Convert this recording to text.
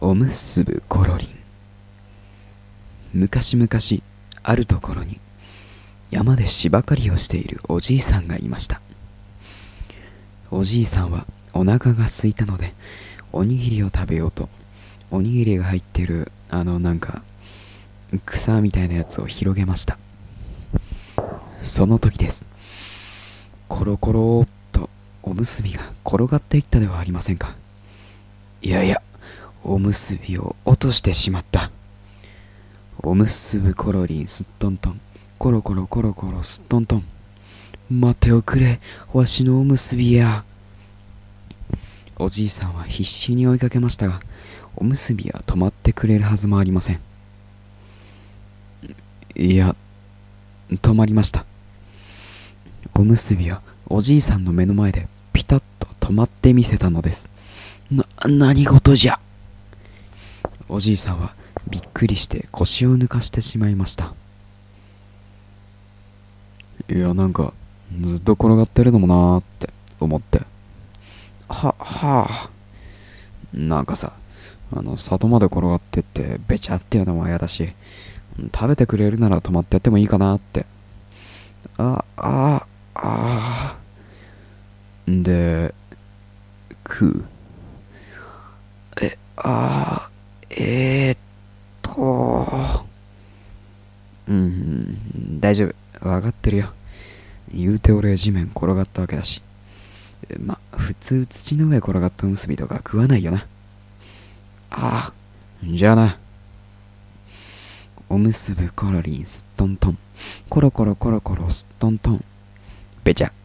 おむすぶコロリン。昔々あるところに山で芝刈りをしているおじいさんがいました。おじいさんはお腹が空いたのでおにぎりを食べようと、おにぎりが入ってる草みたいなやつを広げました。その時です。コロコローっとおむすびが転がっていったではありませんか。いやいや、おむすびを落としてしまった。おむすぶコロリンすっとんとん、コロコロコロコロすっとんとん。待っておくれ、わしのおむすびや。おじいさんは必死に追いかけましたが、おむすびは止まってくれるはずもありません。いや、止まりました。おむすびはおじいさんの目の前でピタッと止まってみせたのです。何事じゃ。おじいさんはびっくりして腰を抜かしてしまいました。いや、ずっと転がってるのもなーって思って。はあ、さ、里まで転がってってべちゃっていうのも嫌だし、食べてくれるなら止まってやってもいいかなって。あ、あ、あで、食う。あー、大丈夫。わかってるよ。言うて俺地面転がったわけだし。普通土の上転がったおむすびとか食わないよな。ああ、じゃあな。おむすぶコロリンすっとんとん。コロコロコロコロすっとんとん。べちゃ。